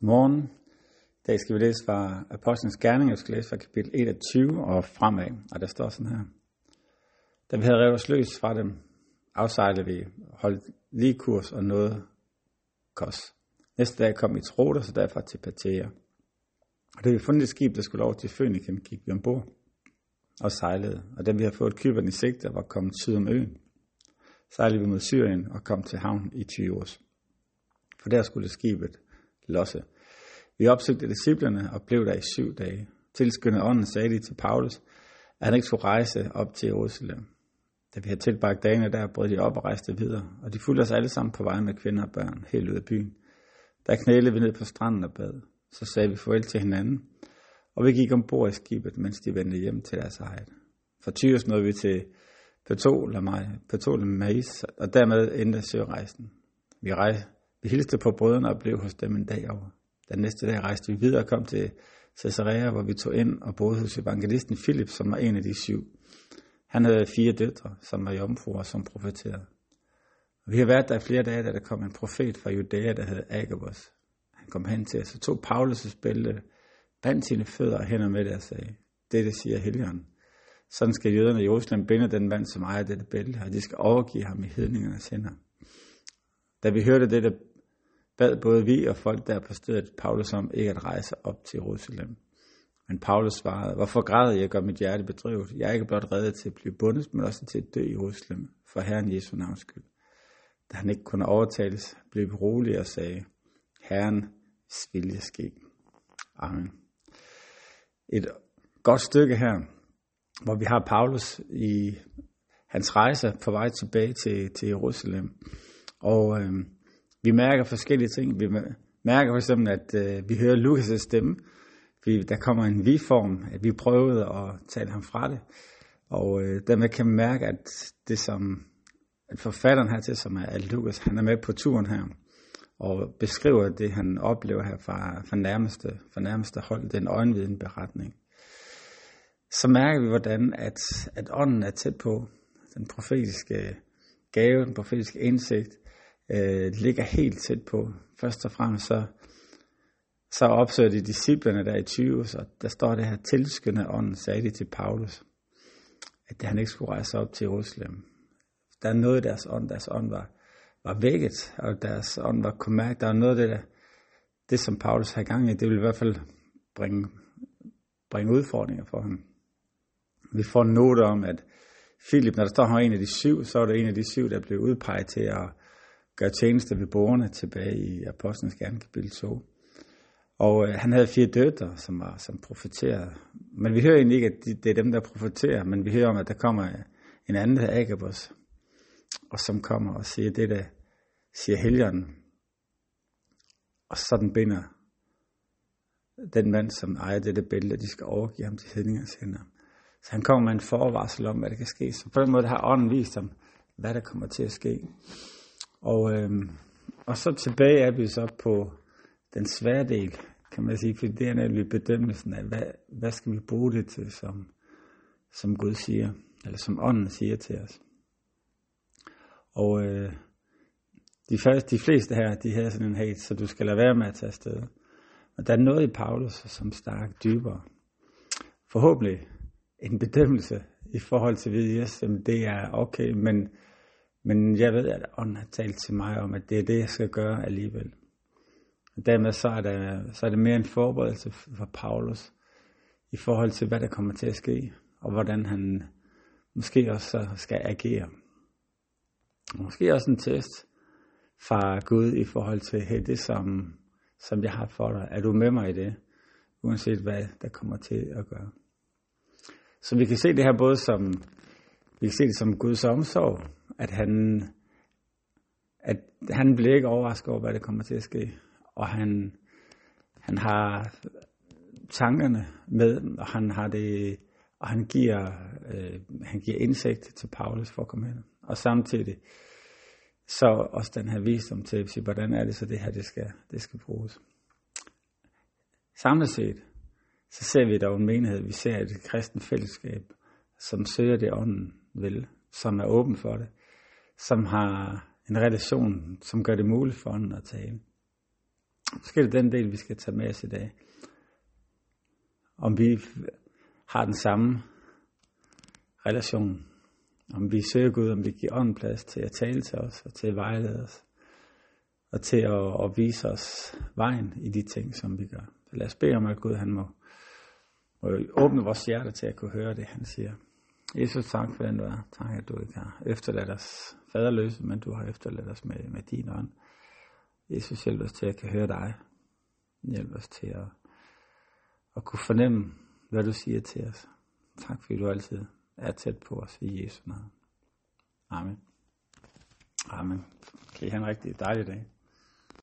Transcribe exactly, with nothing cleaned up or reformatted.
Morgen. I dag skal vi læse fra Apostlenes Gerninger. Jeg skal læse fra kapitel enogtyve og fremad. Og der står sådan her. Da vi havde revet os løs fra dem, afsejlede vi, holdt lige kurs og nåede Kos. Næste dag kom vi til Rhodos og derfra til Patæa. Og da vi fundet et skib, der skulle over til Fønikien, gik vi ombord og sejlede. Og da vi havde fået Cypern i sigte og var kommet syd om øen, sejlede vi mod Syrien og kom til havn i Tyros. For der skulle skibet losse. Vi opsøgte disciplerne og blev der i syv dage. Tilskyndede ånden sagde de til Paulus, at han ikke skulle rejse op til Jerusalem. Da vi havde tilbragt dagene der, brød de op og rejste videre, og de fulgte os alle sammen på vej med kvinder og børn, helt ud af byen. Der knælede vi ned på stranden og bad. Så sagde vi farvel til hinanden, og vi gik ombord i skibet, mens de vendte hjem til deres eget. Fra Tyros nåede vi til Ptolemais, og dermed endte sørejsen. Vi, rejste, vi hilste på brødrene og blev hos dem en dag over. Den næste dag rejste vi videre og kom til Caesarea, hvor vi tog ind og boede hos evangelisten Philip, som var en af de syv. Han havde fire døtre, som var jomfruer, som profeterede. Og vi har været der i flere dage, da der kom en profet fra Judæa, der hed Agabus. Han kom hen til os og tog Paulus' bælte, bandt sine fødder og hænder med det og sagde, dette siger Helligånden. Sådan skal jøderne i Jerusalem binde den mand, som ejer dette bælte, og de skal overgive ham i hedningernes hænder. Da vi hørte dette, bad både vi og folk der på stedet Paulus om ikke at rejse op til Jerusalem. Men Paulus svarede, hvorfor græder jeg, gør mit hjerte bedrøvet? Jeg er ikke blot reddet til at blive bundet, men også til at dø i Jerusalem, for Herren Jesu navns skyld. Da han ikke kunne overtales, blev vi rolige og sagde, Herren vilje ske. Amen. Et godt stykke her, hvor vi har Paulus i hans rejse på vej tilbage til, til Jerusalem. Og øh, vi mærker forskellige ting. Vi mærker for eksempel, at øh, vi hører Lukas' stemme. Vi, der kommer en vi-form, at vi prøvede at tale ham fra det. Og øh, dermed kan man mærke, at det som at forfatteren hertil, som er Lukas, han er med på turen her. Og beskriver det, han oplever her fra, fra, nærmeste, fra nærmeste hold, den øjenvidende beretning. Så mærker vi, hvordan at, at ånden er tæt på. Den profetiske gave, den profetiske indsigt, øh, ligger helt tæt på. Først og fremmest så, så opsøger de disciplerne der i Tyros, og der står det her tilskyndende ånden, sagde de til Paulus, at han ikke skulle rejse op til Jerusalem. Der er noget i deres ånd, deres ånd var, var vækket, og deres ånd var kunne mærke, der er noget af det, der, det som Paulus har i gang i, det vil i hvert fald bringe, bringe udfordringer for ham. Vi får en note om, at Philip, når der står, han var en af de syv, så var det en af de syv, der blev udpeget til at gøre tjeneste ved borgerne tilbage i Apostlenes Gerninger kapitel to. Og øh, han havde fire døtre, som var som profeterede. Men vi hører egentlig ikke, at de, det er dem, der profeterer, men vi hører om, at der kommer en anden, der Agabus, og som kommer og siger det, der siger Helligånden. Og sådan binder den mand, som ejer dette bælte, de skal overgive ham til hedningernes hænder. Så han kommer med en forvarsel om, hvad der kan ske. Så på den måde har ånden vist ham, hvad der kommer til at ske. Og, øhm, og så tilbage er vi så på den svære del, kan man sige, for det er nemlig bedømmelsen af, hvad, hvad skal vi bruge det til, som, som Gud siger, eller som ånden siger til os. Og øh, de, første, de fleste her, de havde sådan en hate, så du skal lade være med at tage afsted. Og der er noget i Paulus, som stak dybere. Forhåbentlig en bedømmelse i forhold til ved Jesus, det er okay, men, men jeg ved, at ånden har talt til mig om, at det er det, jeg skal gøre alligevel. Og dermed så er, der, så er det mere en forberedelse for Paulus i forhold til, hvad der kommer til at ske, og hvordan han måske også skal agere. Måske også en test fra Gud i forhold til, hey, det som, som jeg har for dig, er du med mig i det, uanset hvad der kommer til at gøre. Så vi kan se det her både som, vi kan se det som Guds omsorg, at han, at han bliver ikke overrasket over, hvad der kommer til at ske. Og han, han har tankerne med, og han har det, og han giver, øh, han giver indsigt til Paulus for at komme hen. Og samtidig så også den her visdom til at sige, hvordan er det så det her, det skal, det skal bruges. Samlet set, så ser vi dog en menighed, vi ser et kristent fællesskab, som søger det ånden vil, som er åben for det, som har en relation, som gør det muligt for ånden at tale. Måske er det den del, vi skal tage med os i dag. Om vi har den samme relation. Om vi søger Gud, om vi giver ånden plads til at tale til os, og til at vejlede os, og til at, at vise os vejen i de ting, som vi gør. Så lad os bede om, at Gud han må, må åbne vores hjerte til at kunne høre det, han siger. Jesus, tak for den du er. Tak, at du ikke har efterladt os faderløse, men du har efterladt os med, med din ånd. Jesus, hjælp os til at kan høre dig. Hjælp os til at, at kunne fornemme, hvad du siger til os. Tak, fordi du altid er tæt på os i Jesu navn. Amen. Amen. Kan I have en rigtig dejlig dag.